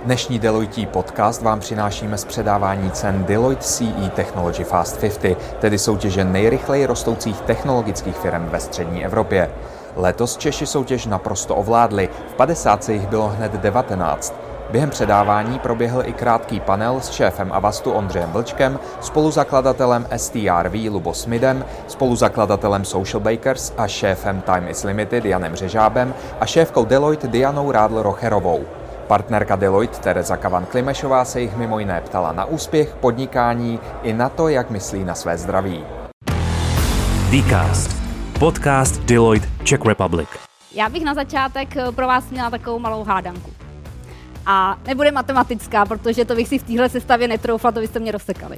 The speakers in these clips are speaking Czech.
Dnešní Deloitte podcast vám přinášíme z předávání cen Deloitte CE Technology Fast 50, tedy soutěže nejrychleji rostoucích technologických firm ve střední Evropě. Letos Češi soutěž naprosto ovládli, v 50 jich bylo hned 19. Během předávání proběhl i krátký panel s šéfem Avastu Ondřejem Vlčkem, spoluzakladatelem STRV Lubo Smidem, spoluzakladatelem Social Bakers a šéfem Time is Limited Janem Řežábem a šéfkou Deloitte Dianou Rádl-Rocherovou. Partnerka Deloitte Tereza Kavan-Klimešová se jich mimo jiné ptala na úspěch, podnikání i na to, jak myslí na své zdraví. Dcast, podcast Deloitte Czech Republic. Já bych na začátek pro vás měla takovou malou hádanku. A nebude matematická, protože to bych si v téhle sestavě netroufla, to byste mě rozsekali.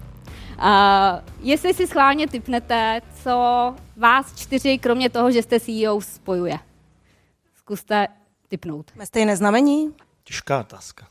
Jestli si schválně tipnete, co vás 4, kromě toho, že jste CEO, spojuje. Zkuste tipnout. Jsme stejné znamení? Těžká otázka.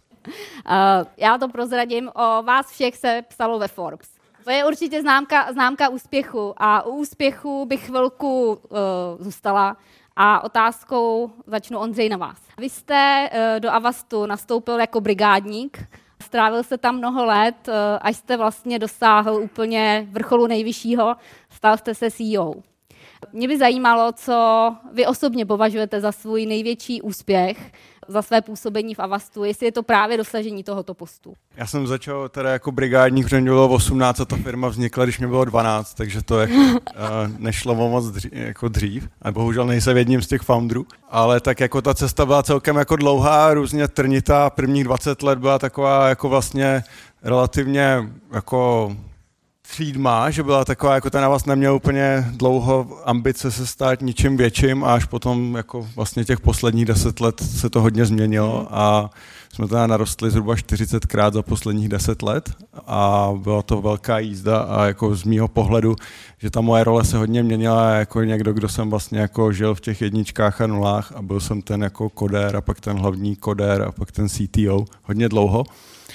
Já to prozradím, o vás všech se psalo ve Forbes. To je určitě známka úspěchu a u úspěchu bych chvilku zůstala a otázkou začnu, Ondřej, na vás. Vy jste do Avastu nastoupil jako brigádník, strávil se tam mnoho let, až jste vlastně dosáhl úplně vrcholu nejvyššího, stal jste se CEO. Mě by zajímalo, co vy osobně považujete za svůj největší úspěch, za své působení v Avastu, jestli je to právě dosažení tohoto postu. Já jsem začal teda jako brigádník, protože mě bylo 18 a ta firma vznikla, když mě bylo 12, takže to jako, nešlo o moc dřív. A bohužel nejsem jedním z těch founderů. Ale tak jako ta cesta byla celkem jako dlouhá, různě trnitá. Prvních 20 let byla taková jako vlastně relativně jako třídma, že byla taková, jako ten Avast neměl úplně dlouho ambice se stát ničím větším a až potom jako vlastně těch posledních 10 let se to hodně změnilo a jsme teda narostli zhruba 40krát za posledních 10 let a byla to velká jízda a jako z mýho pohledu, že ta moje role se hodně měnila jako někdo, kdo jsem vlastně jako žil v těch jedničkách a nulách a byl jsem ten jako kodér a pak ten hlavní kodér a pak ten CTO hodně dlouho.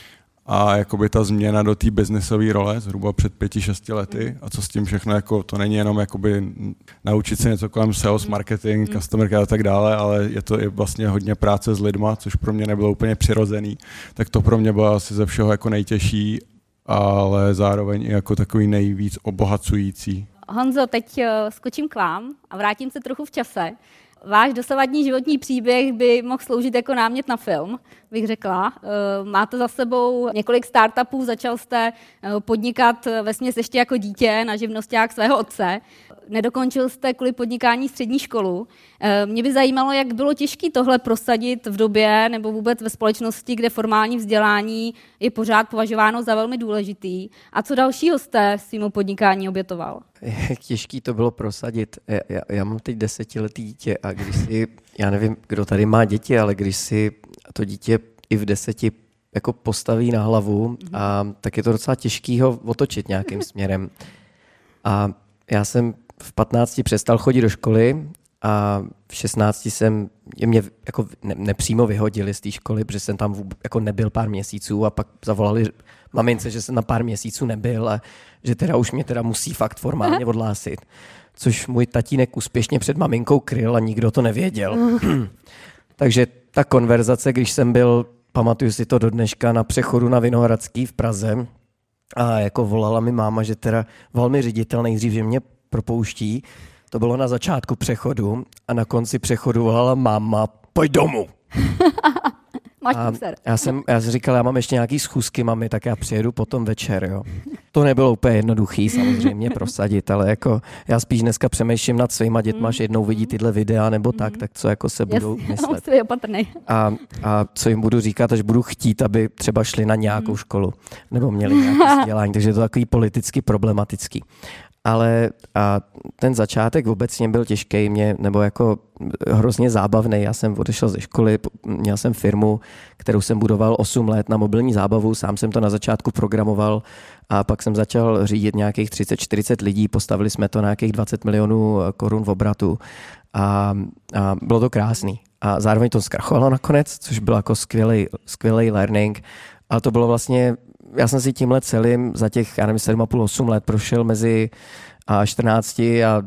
A jakoby ta změna do té biznesové role zhruba před 5-6 lety a co s tím všechno, jako, to není jenom jakoby naučit se něco kolem sales, marketing, customer care a tak dále, ale je to i vlastně hodně práce s lidma, což pro mě nebylo úplně přirozený, tak to pro mě bylo asi ze všeho jako nejtěžší, ale zároveň i jako takový nejvíc obohacující. Honzo, teď skočím k vám a vrátím se trochu v čase. Váš dosavadní životní příběh by mohl sloužit jako námět na film, bych řekla. Máte za sebou několik startupů, začal jste podnikat vesměs ještě jako dítě na živnosťák svého otce. Nedokončil jste kvůli podnikání střední školu. Mě by zajímalo, jak bylo těžké tohle prosadit v době nebo vůbec ve společnosti, kde formální vzdělání je pořád považováno za velmi důležitý. A co dalšího jste svému podnikání obětoval? Jak těžký to bylo prosadit. Já mám teď 10letý dítě a když si, já nevím, kdo tady má děti, ale když si to dítě i v 10 jako postaví na hlavu, tak je to docela těžký ho otočit nějakým směrem. A já jsem v 15 přestal chodit do školy a v 16 mě jako nepřímo vyhodili z té školy, protože jsem tam jako nebyl pár měsíců a pak zavolali mamince, že jsem na pár měsíců nebyl a že teda už mě teda musí fakt formálně odhlásit. Což můj tatínek úspěšně před maminkou kryl a nikdo to nevěděl. Takže ta konverzace, když jsem byl, pamatuju si to do dneška, na přechodu na Vinohradský v Praze a jako volala mi máma, že teda volal mi ředitel nejdřív, že mě propouští. To bylo na začátku přechodu a na konci přechodu volala máma, pojď domů. Já jsem říkal, já mám ještě nějaký schůzky, mami, tak já přijedu potom večer. Jo. To nebylo úplně jednoduchý samozřejmě prosadit, ale jako já spíš dneska přemýšlím nad svýma dětma, že jednou vidí tyhle videa nebo tak co jako se budou myslet. A co jim budu říkat, až budu chtít, aby třeba šli na nějakou školu nebo měli nějaké vzdělání, takže je to takový politicky problematický. Ale a ten začátek obecně byl těžký, nebo jako hrozně zábavný. Já jsem odešel ze školy, měl jsem firmu, kterou jsem budoval 8 let na mobilní zábavu, sám jsem to na začátku programoval a pak jsem začal řídit nějakých 30-40 lidí, postavili jsme to na nějakých 20 milionů korun v obratu a bylo to krásný. A zároveň to zkrachovalo nakonec, což byl jako skvělý learning, ale to bylo vlastně já jsem si tímhle celým za těch, 7,5-8 let prošel mezi 14 a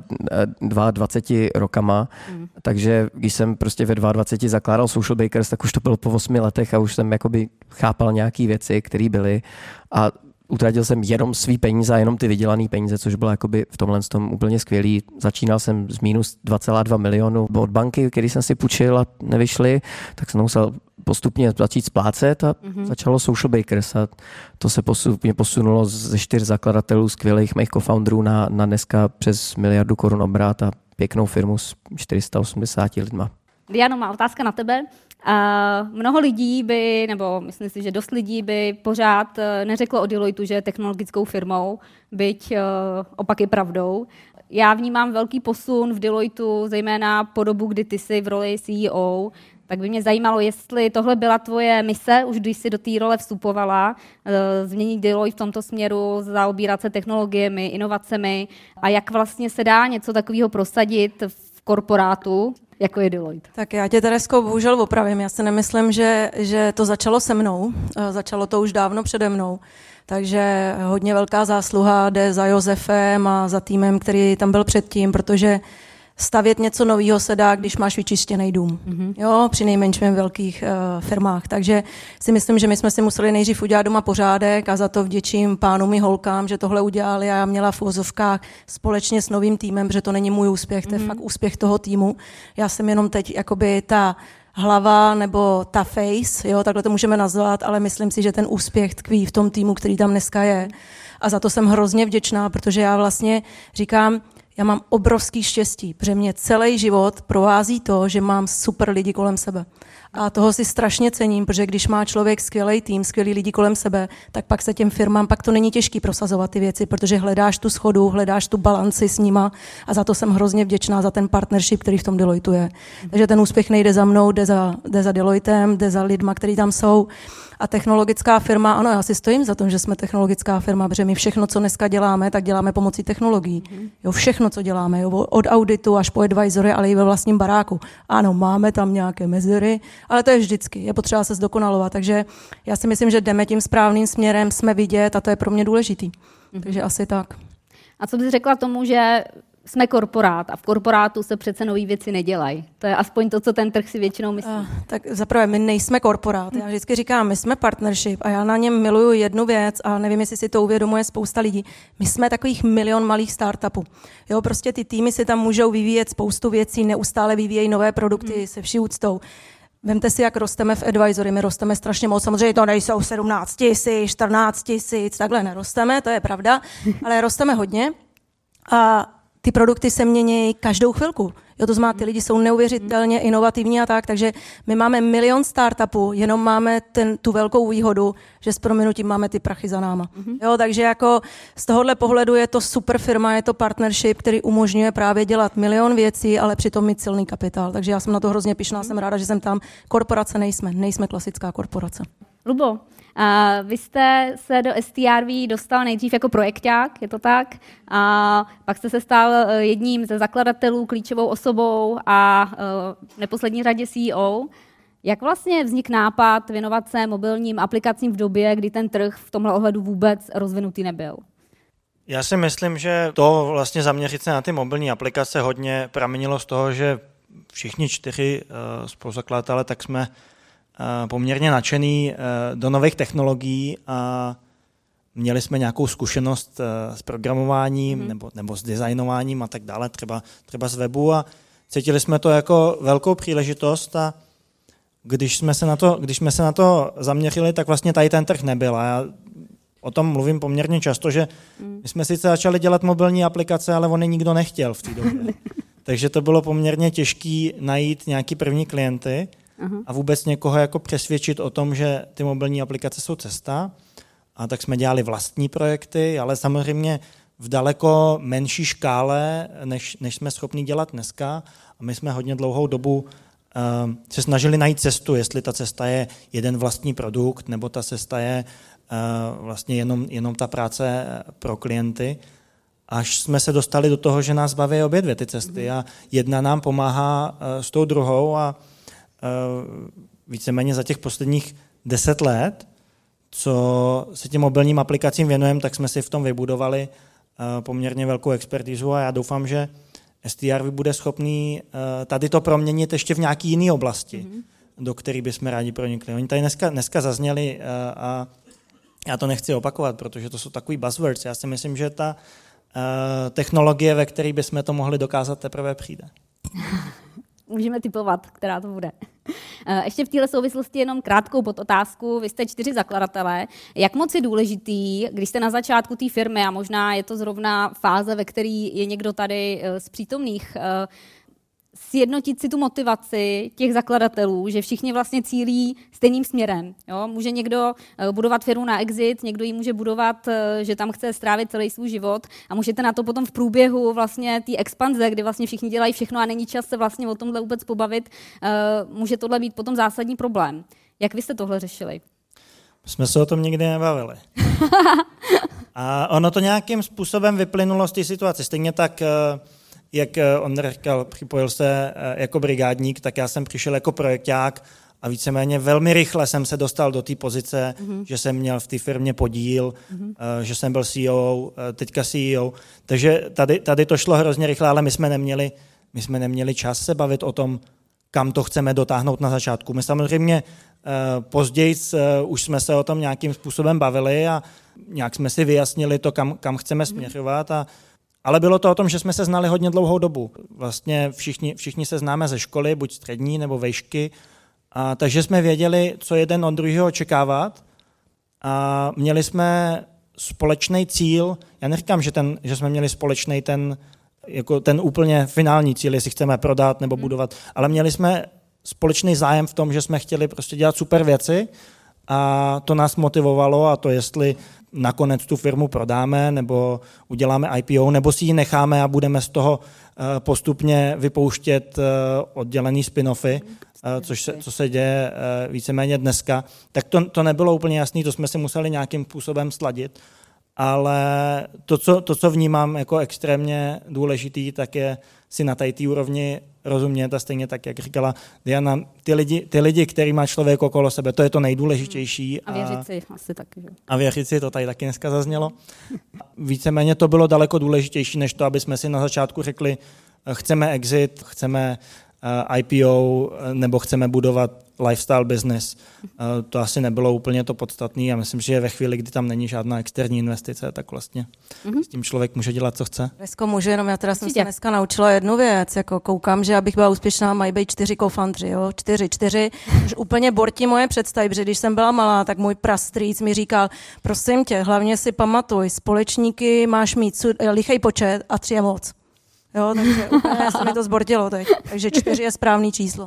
22 rokama, takže když jsem prostě ve 22 zakládal Social Bakers, tak už to bylo po 8 letech a už jsem jakoby chápal nějaký věci, které byly a utratil jsem jenom svý peníze a jenom ty vydělané peníze, což bylo jakoby v tomhle tom úplně skvělý. Začínal jsem z minus 2,2 milionu od banky, který jsem si půjčil a nevyšly, tak jsem musel postupně začít splácet a začalo Social Bakers a to se postupně posunulo ze 4 zakladatelů skvělých mých co-founderů na dneska přes 1 miliardu korun obrat a pěknou firmu s 480 lidma. Diano, má otázka na tebe. Mnoho lidí by, nebo myslím si, že dost lidí by pořád neřeklo o Deloitu, že je technologickou firmou, byť opak je pravdou. Já vnímám velký posun v Deloitu, zejména po dobu, kdy ty jsi v roli CEO, tak by mě zajímalo, jestli tohle byla tvoje mise, už když jsi do té role vstupovala, změnit Deloitte v tomto směru, zaobírat se technologiemi, inovacemi a jak vlastně se dá něco takového prosadit v korporátu, jako je Deloitte. Tak já tě, Teresko, bohužel opravím. Já si nemyslím, že to začalo se mnou. Začalo to už dávno přede mnou. Takže hodně velká zásluha jde za Josefem a za týmem, který tam byl předtím, protože stavět něco nového se dá, když máš vyčištěný dům. Jo, při nejmenším v velkých firmách. Takže si myslím, že my jsme si museli nejdřív udělat doma pořádek a za to vděčím pánům i holkám, že tohle udělali a já měla v uvozovkách společně s novým týmem, protože to není můj úspěch, to je fakt úspěch toho týmu. Já jsem jenom teď jakoby ta hlava nebo ta face, jo, takhle to můžeme nazvat, ale myslím si, že ten úspěch tkví v tom týmu, který tam dneska je. A za to jsem hrozně vděčná, protože já vlastně říkám, já mám obrovský štěstí, protože mě celý život provází to, že mám super lidi kolem sebe. A toho si strašně cením, protože když má člověk skvělý tým, skvělý lidi kolem sebe, tak pak se těm firmám, pak to není těžký prosazovat ty věci, protože hledáš tu schodu, hledáš tu balanci s nima a za to jsem hrozně vděčná za ten partnership, který v tom Deloitu je. Takže ten úspěch nejde za mnou, jde za Deloitem, jde za lidma, kteří tam jsou. A technologická firma, ano, já si stojím za tom, že jsme technologická firma, protože my všechno, co dneska děláme, tak děláme pomocí technologií. Jo, všechno, co děláme, jo, od auditu až po advisory, ale i ve vlastním baráku. Ano, máme tam nějaké mezery, ale to je vždycky, je potřeba se zdokonalovat. Takže já si myslím, že jdeme tím správným směrem, jsme vidět a to je pro mě důležitý. Takže asi tak. A co bys řekla tomu, že jsme korporát a v korporátu se přece nový věci nedělají. To je aspoň to, co ten trh si většinou myslí. Tak zaprvé, my nejsme korporát. Já vždycky říkám, my jsme partnership a já na něm miluju jednu věc a nevím, jestli si to uvědomuje spousta lidí. My jsme takových 1 milion malých startupů. Jo, prostě ty týmy si tam můžou vyvíjet spoustu věcí, neustále vyvíjejí nové produkty se vší úctou. Vemte si, jak rosteme v advisory, my rosteme strašně moc, samozřejmě to nejsou 17 000, 14 000, takhle nerosteme, to je pravda, ale rosteme hodně a ty produkty se mění každou chvilku. Jo, to znamená, ty lidi jsou neuvěřitelně inovativní a tak, takže my máme 1 milion startupů, jenom máme tu velkou výhodu, že s prominutím máme ty prachy za náma. Jo, takže jako z tohohle pohledu je to super firma, je to partnership, který umožňuje právě dělat 1 milion věcí, ale přitom mít silný kapitál. Takže já jsem na to hrozně pyšná, jsem ráda, že jsem tam. Korporace nejsme klasická korporace. Lubo, vy jste se do STRV dostal nejdřív jako projekťák, je to tak? A pak jste se stal jedním ze zakladatelů, klíčovou osobou a v neposlední řadě CEO. Jak vlastně vznikl nápad věnovat se mobilním aplikacím v době, kdy ten trh v tomhle ohledu vůbec rozvinutý nebyl? Já si myslím, že to vlastně zaměřit se na ty mobilní aplikace hodně pramenilo z toho, že všichni 4 spoluzakladatelé tak jsme poměrně nadšený do nových technologií a měli jsme nějakou zkušenost s programováním nebo s designováním a tak dále, třeba z webu a cítili jsme to jako velkou příležitost a když jsme se na to zaměřili, tak vlastně tady ten trh nebyl. A já o tom mluvím poměrně často, že my jsme sice začali dělat mobilní aplikace, ale on je nikdo nechtěl v té době. Takže to bylo poměrně těžké najít nějaký první klienty a vůbec někoho jako přesvědčit o tom, že ty mobilní aplikace jsou cesta. A tak jsme dělali vlastní projekty, ale samozřejmě v daleko menší škále, než jsme schopni dělat dneska. A my jsme hodně dlouhou dobu se snažili najít cestu, jestli ta cesta je jeden vlastní produkt, nebo ta cesta je vlastně jenom ta práce pro klienty. Až jsme se dostali do toho, že nás baví obě dvě ty cesty a jedna nám pomáhá s tou druhou a víceméně za těch posledních 10 let co se těm mobilním aplikacím věnujeme, tak jsme si v tom vybudovali poměrně velkou expertizu a já doufám, že STR bude schopný tady to proměnit ještě v nějaký jiný oblasti, do který bychom rádi pronikli. Oni tady dneska zazněli a já to nechci opakovat, protože to jsou takový buzzwords. Já si myslím, že ta technologie, ve které bychom to mohli dokázat, teprve přijde. Můžeme tipovat, která to bude. Ještě v této souvislosti jenom krátkou podotázku. Vy jste 4 zakladatelé. Jak moc je důležitý, když jste na začátku té firmy, a možná je to zrovna fáze, ve které je někdo tady z přítomných, sjednotit si tu motivaci těch zakladatelů, že všichni vlastně cílí stejným směrem. Jo? Může někdo budovat firmu na exit, někdo ji může budovat, že tam chce strávit celý svůj život a můžete na to potom v průběhu vlastně té expanze, kdy vlastně všichni dělají všechno a není čas se vlastně o tomhle vůbec pobavit, může tohle být potom zásadní problém. Jak vy jste tohle řešili? Jsme se o tom nikdy nebavili. A ono to nějakým způsobem vyplynulo z té situace. Stejně tak, jak on říkal, připojil se jako brigádník, tak já jsem přišel jako projekták a víceméně velmi rychle jsem se dostal do té pozice, že jsem měl v té firmě podíl, že jsem byl CEO, teďka CEO. Takže tady to šlo hrozně rychle, ale my jsme neměli čas se bavit o tom, kam to chceme dotáhnout na začátku. My samozřejmě později už jsme se o tom nějakým způsobem bavili a nějak jsme si vyjasnili to, kam chceme směřovat. Ale bylo to o tom, že jsme se znali hodně dlouhou dobu. Vlastně všichni se známe ze školy, buď střední nebo vejšky, takže jsme věděli, co jeden od druhého očekávat a měli jsme společný cíl. Já neříkám, že jsme měli společný ten úplně finální cíl, jestli chceme prodat nebo budovat, ale měli jsme společný zájem v tom, že jsme chtěli prostě dělat super věci a to nás motivovalo a to, jestli nakonec tu firmu prodáme nebo uděláme IPO, nebo si ji necháme a budeme z toho postupně vypouštět oddělený spin-offy, co se děje víceméně dneska, tak to nebylo úplně jasné, to jsme si museli nějakým způsobem sladit, ale to, co vnímám jako extrémně důležitý, tak je si na té úrovni rozumět a stejně tak, jak říkala Diana, ty lidi, který má člověk okolo sebe, to je to nejdůležitější. A věřit si asi taky. A věřit si, to tady taky dneska zaznělo. Víceméně to bylo daleko důležitější, než to, aby jsme si na začátku řekli, chceme exit, chceme IPO nebo chceme budovat lifestyle business. To asi nebylo úplně to podstatné a myslím, že ve chvíli, kdy tam není žádná externí investice, tak vlastně s tím člověk může dělat, co chce. Dneska může, jenom já teda jsem se dneska naučila jednu věc, jako koukám, že abych byla úspěšná, mají být 4 co-foundři, jo, 4, už úplně bortí moje představy, protože když jsem byla malá, tak můj prastrýc mi říkal, prosím tě, hlavně si pamatuj, společníky máš mít lichej počet a 3 je moc. Jo, takže úplně se mi to zbortilo teď. Takže 4 je správný číslo.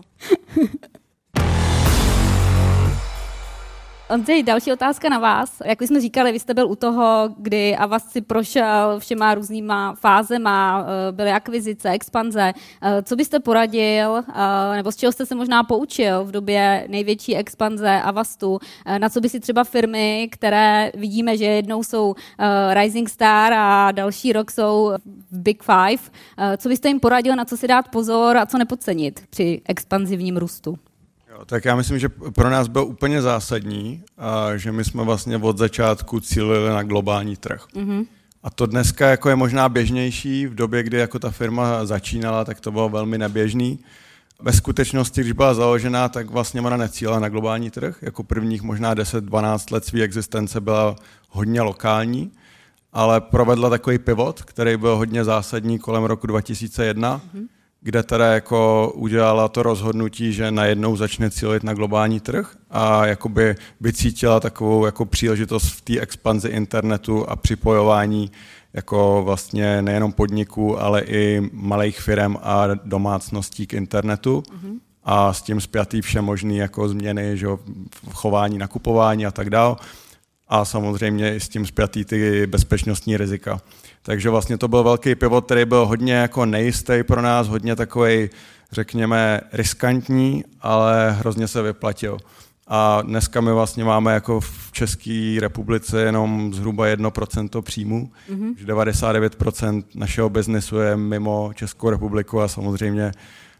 Ondřej, další otázka na vás. Jak jsme říkali, vy jste byl u toho, kdy Avast si prošel všema různýma fázema, byly akvizice, expanze. Co byste poradil, nebo z čeho jste se možná poučil v době největší expanze Avastu? Na co by si třeba firmy, které vidíme, že jednou jsou Rising Star a další rok jsou v Big Five, co byste jim poradil, na co si dát pozor a co nepodcenit při expanzivním růstu? Tak já myslím, že pro nás byl úplně zásadní, že my jsme vlastně od začátku cílili na globální trh. Mm-hmm. A to dneska jako je možná běžnější, v době, kdy jako ta firma začínala, tak to bylo velmi neběžný. Ve skutečnosti, když byla založená, tak vlastně ona necílila na globální trh. Jako prvních možná 10-12 let své existence byla hodně lokální, ale provedla takový pivot, který byl hodně zásadní kolem roku 2001, kde teda jako udělala to rozhodnutí, že najednou začne cílit na globální trh a jakoby vycítila takovou jako příležitost v té expanzi internetu a připojování jako vlastně nejenom podniků, ale i malých firem a domácností k internetu a s tím spjatý vše možný jako změny, že v chování, nakupování a tak dál. A samozřejmě i s tím spjatý ty bezpečnostní rizika. Takže vlastně to byl velký pivot, který byl hodně jako nejistý pro nás, hodně takovej, řekněme, riskantní, ale hrozně se vyplatil. A dneska my vlastně máme jako v České republice jenom zhruba 1% příjmů, že 99% našeho biznesu je mimo Českou republiku a samozřejmě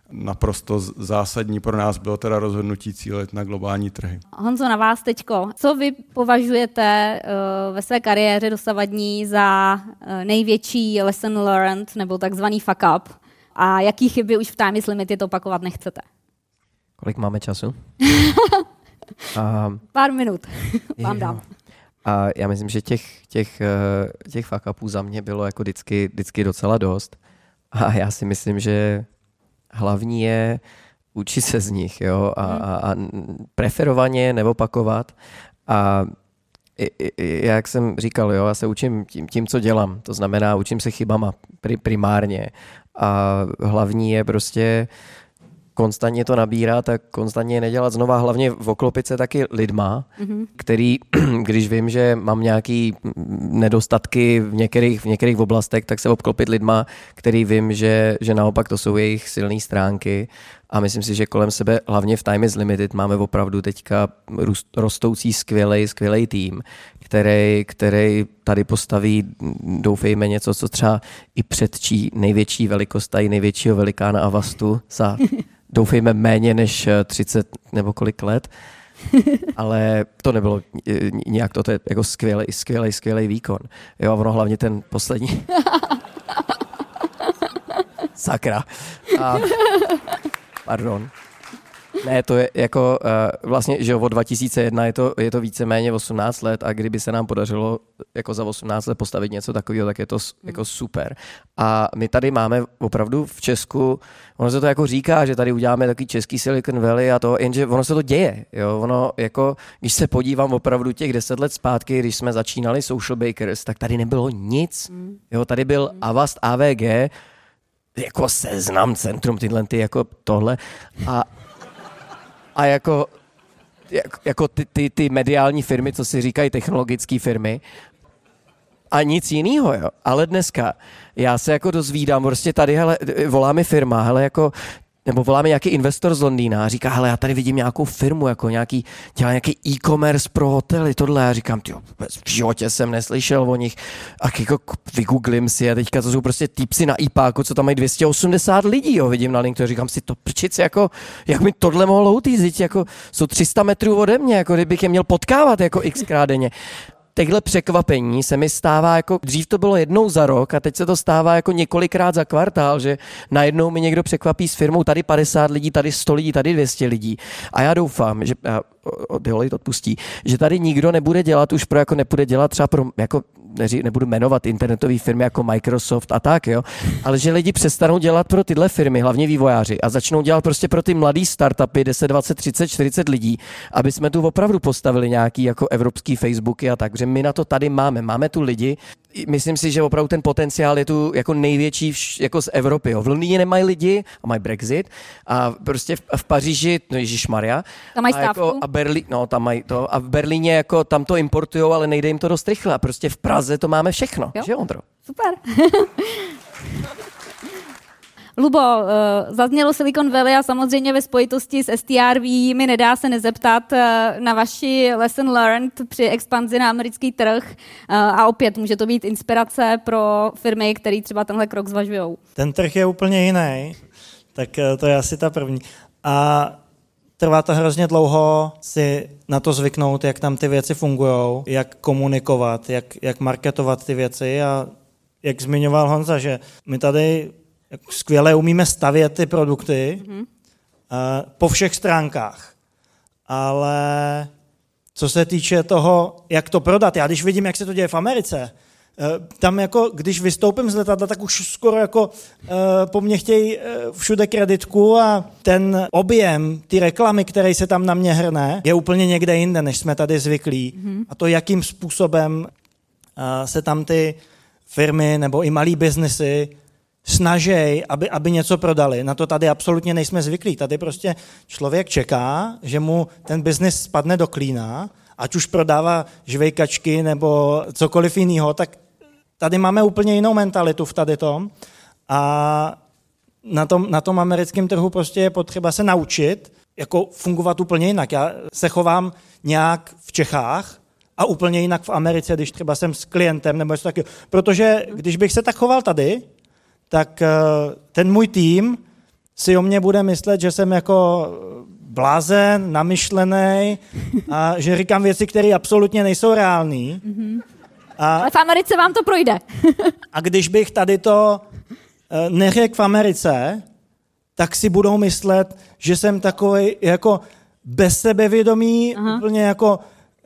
naprosto zásadní pro nás bylo teda rozhodnutí cílit na globální trhy. Honzo, na vás teďko. Co vy považujete ve své kariéře dosavadní za největší lesson learned nebo takzvaný fuck up? A jaký chyby už v Time is Limited opakovat nechcete? Kolik máme času? Pár minut vám dám. A já myslím, že těch fuck upů za mě bylo jako vždycky docela dost. A já si myslím, že hlavní je učit se z nich, jo, a preferovaně neopakovat. A jak jsem říkal, jo, já se učím tím, co dělám. To znamená, učím se chybama primárně. A hlavní je prostě konstantně to nabírat a konstantně nedělat znova, hlavně oklopit se taky lidma, který, když vím, že mám nějaký nedostatky v některých oblastech, tak se obklopit lidma, který vím, že naopak to jsou jejich silné stránky. A myslím si, že kolem sebe, hlavně v Time is Limited, máme opravdu teďka rostoucí skvělej tým, který tady postaví, doufejme, něco, co třeba i předčí největší velikost a i největšího velikána Avastu za doufejme méně než 30 nebo kolik let, ale to nebylo nějak, to je jako skvělej výkon. Jo, a ono hlavně ten poslední. Sakra. Pardon. Ne, to je jako vlastně, že od 2001 je to víceméně 18 let a kdyby se nám podařilo jako za 18 let postavit něco takového, tak je to jako super. A my tady máme opravdu v Česku, ono se to jako říká, že tady uděláme takový český Silicon Valley a to, jenže ono se to děje. Jo? Ono jako, když se podívám opravdu těch 10 let zpátky, když jsme začínali Social Bakers, tak tady nebylo nic. Jo? Tady byl Avast, AVG, jako Seznam, Centrum, tyhle ty jako tohle a jako ty mediální firmy, co si říkají technologické firmy a nic jiného, jo. Ale dneska já se jako dozvídám, prostě tady, hele, volá mi firma, hele, jako, nebo volá mi nějaký investor z Londýna a říká, hele, já tady vidím nějakou firmu, jako dělá nějaký e-commerce pro hotely, tohle. Já říkám, tyjo, v životě jsem neslyšel o nich. A jako vygooglím si a teďka to jsou prostě týpci na IPáku, co tam mají 280 lidí, jo, vidím na LinkedInu, říkám si, to prčic, jako, jak mi tohle mohlo utízit, jako, jsou 300 metrů ode mě, jako kdybych je měl potkávat, jako xkrát denně. Těchto překvapení se mi stává jako, dřív to bylo jednou za rok a teď se to stává jako několikrát za kvartál, že najednou mi někdo překvapí s firmou tady 50 lidí, tady 100 lidí, tady 200 lidí. A já doufám, že Deloitte odpustí, že tady nikdo nebude dělat už nepůjde dělat třeba pro, jako nebudu jmenovat internetové firmy jako Microsoft a tak, jo, ale že lidi přestanou dělat pro tyhle firmy, hlavně vývojáři, a začnou dělat prostě pro ty mladý startupy 10, 20, 30, 40 lidí, aby jsme tu opravdu postavili nějaký jako evropský Facebooky a tak, protože my na to tady máme tu lidi. Myslím si, že opravdu ten potenciál je tu jako největší jako z Evropy. Jo. V Londýně nemají lidi a mají Brexit a prostě v Paříži, no ježišmarja, tam mají stávku. Tam mají to a v Berlíně jako tam to importujou, ale nejde jim to dost rychle. A prostě v Praze to máme všechno, jo? Že Ondro? Super. Lubo, zaznělo Silicon Valley a samozřejmě ve spojitosti s STRV mi nedá se nezeptat na vaši lesson learned při expanzi na americký trh a opět může to být inspirace pro firmy, které třeba tenhle krok zvažujou. Ten trh je úplně jiný, tak to je asi ta první. A trvá to hrozně dlouho si na to zvyknout, jak tam ty věci fungují, jak komunikovat, jak marketovat ty věci a jak zmiňoval Honza, že my tady skvěle umíme stavět ty produkty po všech stránkách. Ale co se týče toho, jak to prodat, já když vidím, jak se to děje v Americe, tam jako, když vystoupím z letadla, tak už skoro jako po mně chtějí všude kreditku a ten objem, ty reklamy, který se tam na mě hrne, je úplně někde jinde, než jsme tady zvyklí. A to, jakým způsobem se tam ty firmy nebo i malý biznesy snaží, aby něco prodali. Na to tady absolutně nejsme zvyklí. Tady prostě člověk čeká, že mu ten biznis spadne do klína, ať už prodává žvejkačky nebo cokoliv jiného, tak tady máme úplně jinou mentalitu v tady tom. A na tom americkém trhu prostě je potřeba se naučit jako fungovat úplně jinak. Já se chovám nějak v Čechách a úplně jinak v Americe, když třeba jsem s klientem nebo něco takového. Protože když bych se tak choval tady, tak ten můj tým si o mě bude myslet, že jsem jako blázen, namyšlený a že říkám věci, které absolutně nejsou reální. Ale v Americe vám to projde. A když bych tady to neřekl v Americe, tak si budou myslet, že jsem takovej jako bez sebevědomí, úplně jako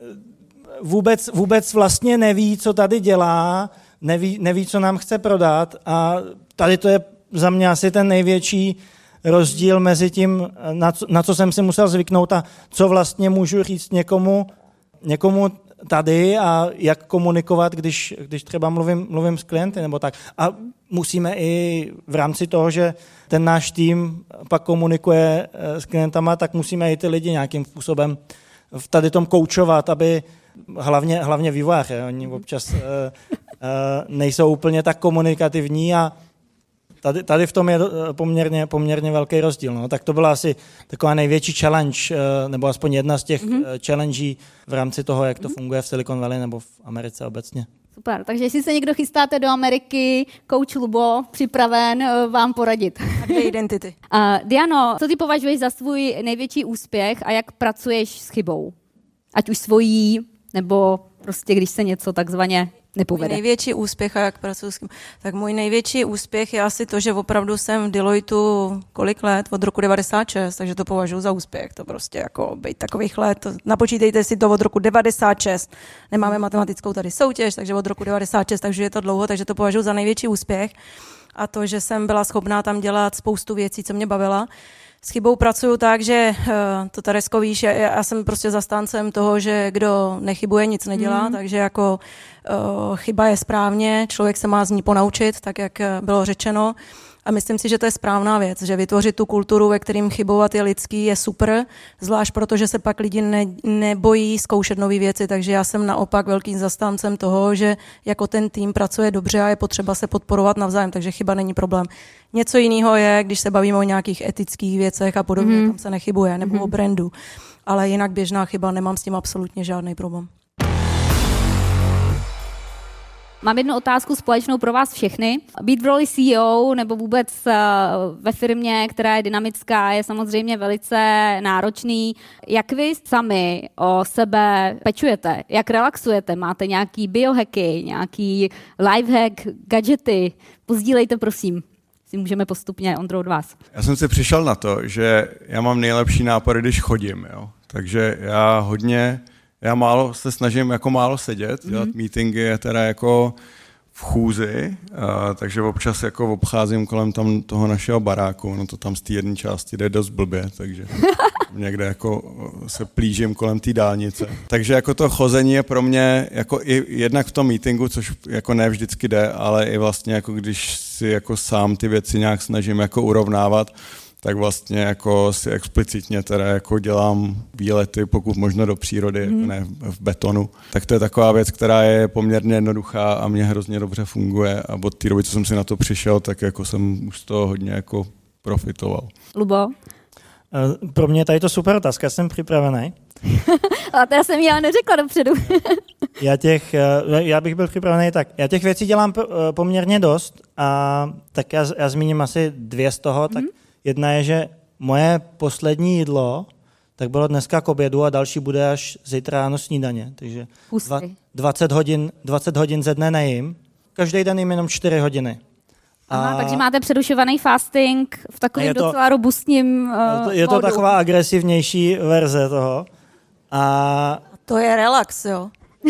vůbec vlastně neví, co tady dělá, neví, co nám chce prodat a tady to je za mě asi ten největší rozdíl mezi tím, na co jsem si musel zvyknout a co vlastně můžu říct někomu tady a jak komunikovat, když třeba mluvím s klienty nebo tak. A musíme i v rámci toho, že ten náš tým pak komunikuje s klientama, tak musíme i ty lidi nějakým způsobem v tady tom koučovat, aby hlavně vývojáři, oni občas nejsou úplně tak komunikativní a tady v tom je poměrně velký rozdíl. No. Tak to byla asi taková největší challenge, nebo aspoň jedna z těch challengí v rámci toho, jak to funguje v Silicon Valley nebo v Americe obecně. Super, takže jestli se někdo chystáte do Ameriky, coach Lubo připraven vám poradit. A 2 identity. Diano, co ty považuješ za svůj největší úspěch a jak pracuješ s chybou? Ať už svojí, nebo prostě když se něco takzvaně nepovede. Můj největší úspěch, a jak pracuji s tím, tak můj největší úspěch je asi to, že opravdu jsem v Deloitu kolik let? Od roku 96, takže to považuji za úspěch. To prostě jako být takových let. Napočítejte si to od roku 96. Nemáme matematickou tady soutěž, takže od roku 96, takže je to dlouho, takže to považuji za největší úspěch. A to, že jsem byla schopná tam dělat spoustu věcí, co mě bavila. S chybou pracuju tak, že to Teresko víš, já jsem prostě zastáncem toho, že kdo nechybuje, nic nedělá, takže jako chyba je správně, člověk se má z ní ponaučit, tak jak bylo řečeno. A myslím si, že to je správná věc, že vytvořit tu kulturu, ve kterým chybovat je lidský, je super, zvlášť protože se pak lidi nebojí zkoušet nové věci, takže já jsem naopak velkým zastáncem toho, že jako ten tým pracuje dobře a je potřeba se podporovat navzájem, takže chyba není problém. Něco jiného je, když se bavíme o nějakých etických věcech a podobně, tam se nechybuje, nebo o brandu, ale jinak běžná chyba, nemám s tím absolutně žádný problém. Mám jednu otázku společnou pro vás všechny. Být v roli CEO nebo vůbec ve firmě, která je dynamická, je samozřejmě velice náročný. Jak vy sami o sebe pečujete? Jak relaxujete? Máte nějaký biohacky, nějaký lifehack, gadgety? Pozdílejte, prosím. Si můžeme postupně, Ondro, od vás. Já jsem si přišel na to, že já mám nejlepší nápady, když chodím. Jo? Takže já málo se snažím jako málo sedět, dělat meetingy je teda jako v chůzi, takže občas jako obcházím kolem tam toho našeho baráku, no to tam z té jedné části jde dost blbě, takže někde jako se plížím kolem té dálnice. Takže jako to chození je pro mě jako i jednak v tom meetingu, což jako ne vždycky jde, ale i vlastně jako když si jako sám ty věci nějak snažím jako urovnávat, tak vlastně jako si explicitně teda jako dělám výlety, pokud možno do přírody, ne v betonu. Tak to je taková věc, která je poměrně jednoduchá a mě hrozně dobře funguje a od té doby, co jsem si na to přišel, tak jako jsem už z toho hodně jako profitoval. Lubo? Pro mě je tady to super otázka, já jsem připravený. A to já jsem ji ale neřekla dopředu. Já bych byl připravený tak. Já těch věcí dělám poměrně dost a tak já zmíním asi 2 z toho, tak jedna je, že moje poslední jídlo tak bylo dneska k obědu a další bude až zítra ráno snídaně. Takže 20 hodin ze dne nejím. Každý den jím jenom 4 hodiny. Aha, takže máte přerušovaný fasting v takovém docela robustním je to taková agresivnější verze toho. A to je relax, jo?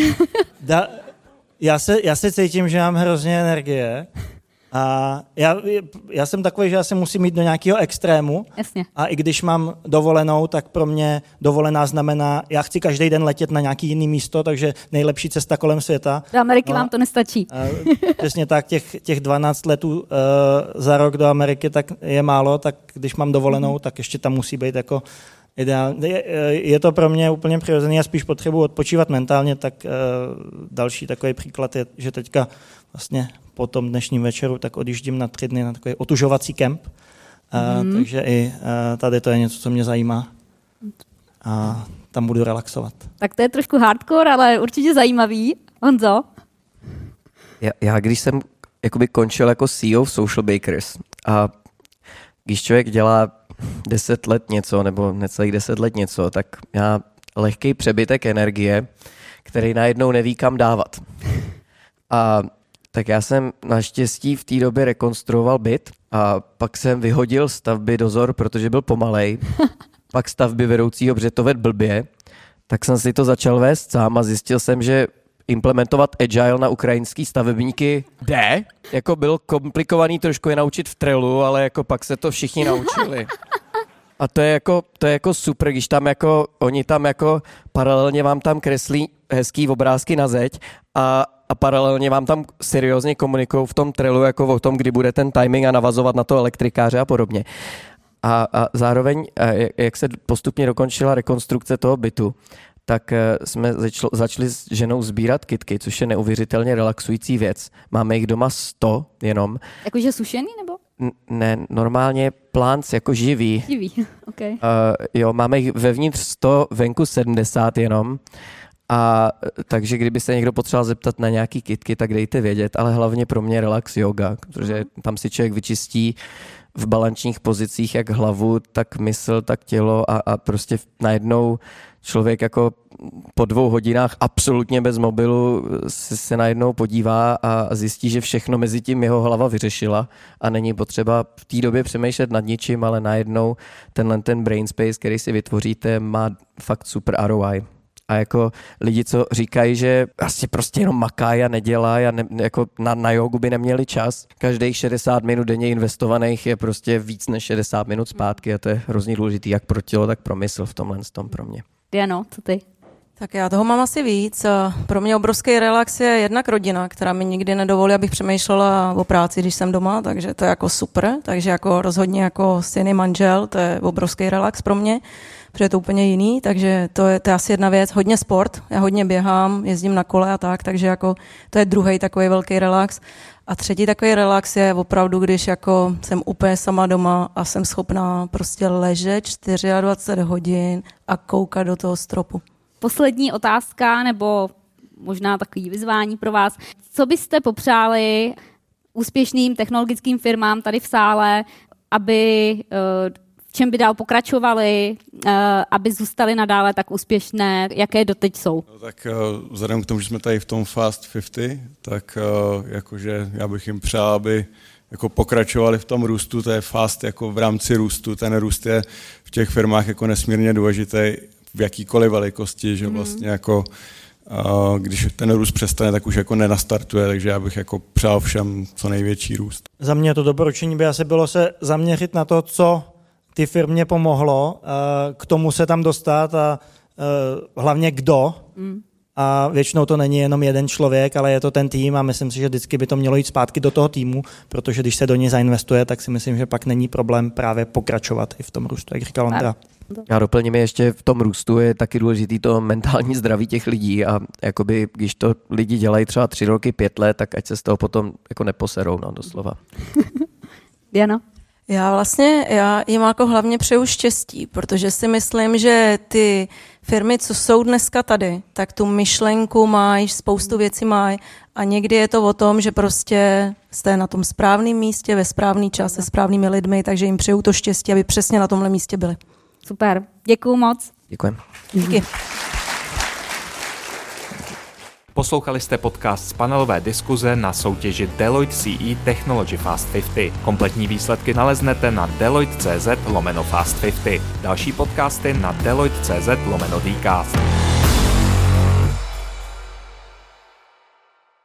Já se cítím, že mám hrozně energie. A já jsem takový, že já se musím jít do nějakého extrému. Jasně. A i když mám dovolenou, tak pro mě dovolená znamená, já chci každý den letět na nějaký jiný místo, takže nejlepší cesta kolem světa. Do Ameriky vám to nestačí. Přesně tak, těch 12 letů za rok do Ameriky tak je málo, tak když mám dovolenou, tak ještě tam musí být jako ideálně. Je to pro mě úplně přirozený, já spíš potřebuji odpočívat mentálně, tak další takový příklad je, že teďka vlastně po tom dnešním večeru tak odjíždím na 3 dny na takový otužovací kemp, takže i tady to je něco, co mě zajímá a tam budu relaxovat. Tak to je trošku hardcore, ale určitě zajímavý. Honzo? Já když jsem jakoby končil jako CEO v Social Bakers a když člověk dělá 10 let něco, nebo necelých 10 let něco, tak má lehký přebytek energie, který najednou neví, kam dávat. A tak já jsem naštěstí v té době rekonstruoval byt a pak jsem vyhodil stavby dozor, protože byl pomalej. Pak stavby vedoucího, protože to vedl blbě. Tak jsem si to začal vést sám a zjistil jsem, že implementovat agile na ukrajinský stavebníky jde. Jako byl komplikovaný trošku je naučit v Trellu, ale jako pak se to všichni naučili. A to je jako super, když tam jako, oni tam jako paralelně vám tam kreslí hezký obrázky na zeď a paralelně vám tam seriózně komunikují v tom Trellu jako o tom, kdy bude ten timing a navazovat na to elektrikáře a podobně. A zároveň, jak se postupně dokončila rekonstrukce toho bytu, tak jsme začali s ženou sbírat kytky, což je neuvěřitelně relaxující věc. Máme jich doma 100 jenom. Jakože sušený nebo? Ne, normálně plants jako živý. Živý, ok. Jo, máme jich vevnitř 100, venku 70 jenom. A takže kdyby se někdo potřeboval zeptat na nějaký kytky, tak dejte vědět, ale hlavně pro mě relax yoga, protože tam si člověk vyčistí v balančních pozicích jak hlavu, tak mysl, tak tělo a prostě najednou člověk jako po 2 hodinách absolutně bez mobilu se najednou podívá a zjistí, že všechno mezi tím jeho hlava vyřešila a není potřeba v té době přemýšlet nad ničím, ale najednou ten brain space, který si vytvoříte, má fakt super ROI. A jako lidi, co říkají, že asi prostě jenom makají a nedělají a jako na jogu by neměli čas. Každých 60 minut denně investovaných je prostě víc než 60 minut zpátky a to je hrozně důležitý jak pro tělo, tak pro mysl v tomhle tom pro mě. Diano, co ty? Tak já toho mám asi víc. Pro mě obrovský relax je jednak rodina, která mi nikdy nedovolí, abych přemýšlela o práci, když jsem doma, takže to je jako super. Takže jako rozhodně jako syn i manžel, to je obrovský relax pro mě, protože je to úplně jiný, takže to je asi jedna věc. Hodně sport, já hodně běhám, jezdím na kole a tak, takže jako to je druhý takový velký relax. A třetí takový relax je opravdu, když jako jsem úplně sama doma a jsem schopná prostě ležet 24 hodin a koukat do toho stropu. Poslední otázka, nebo možná takový vyzvání pro vás. Co byste popřáli úspěšným technologickým firmám tady v sále, aby v čem by dál pokračovali, aby zůstali nadále tak úspěšné, jaké doteď jsou? No, tak vzhledem k tomu, že jsme tady v tom Fast 50, tak jakože já bych jim přál, aby jako pokračovali v tom růstu, to je fast jako v rámci růstu, ten růst je v těch firmách jako nesmírně důležitý v jakýkoliv velikosti, že vlastně jako když ten růst přestane, tak už jako nenastartuje, takže já bych jako přál všem co největší růst. Za mě to doporučení by asi bylo se zaměřit na to, co ty firmě pomohlo, k tomu se tam dostat a hlavně kdo. A většinou to není jenom jeden člověk, ale je to ten tým a myslím si, že vždycky by to mělo jít zpátky do toho týmu, protože když se do něj zainvestuje, tak si myslím, že pak není problém právě pokračovat i v tom růstu, jak říkal Ondra. Já doplním ještě v tom růstu je taky důležitý to mentální zdraví těch lidí a jakoby, když to lidi dělají třeba 3 roky, 5 let, tak ať se z toho potom jako neposerou, no doslova. Diana? Já jim jako hlavně přeju štěstí, protože si myslím, že ty firmy, co jsou dneska tady, tak tu myšlenku mají, spoustu věcí mají a někdy je to o tom, že prostě jste na tom správném místě, ve správný čas, se správnými lidmi, takže jim přeju to štěstí, aby přesně na tomhle místě byli. Super, děkuju moc. Děkujem. Díky. Poslouchali jste podcast z panelové diskuze na soutěži Deloitte CE Technology Fast 50. Kompletní výsledky naleznete na deloitte.cz/Fast 50. Další podcasty na deloitte.cz/Dcast.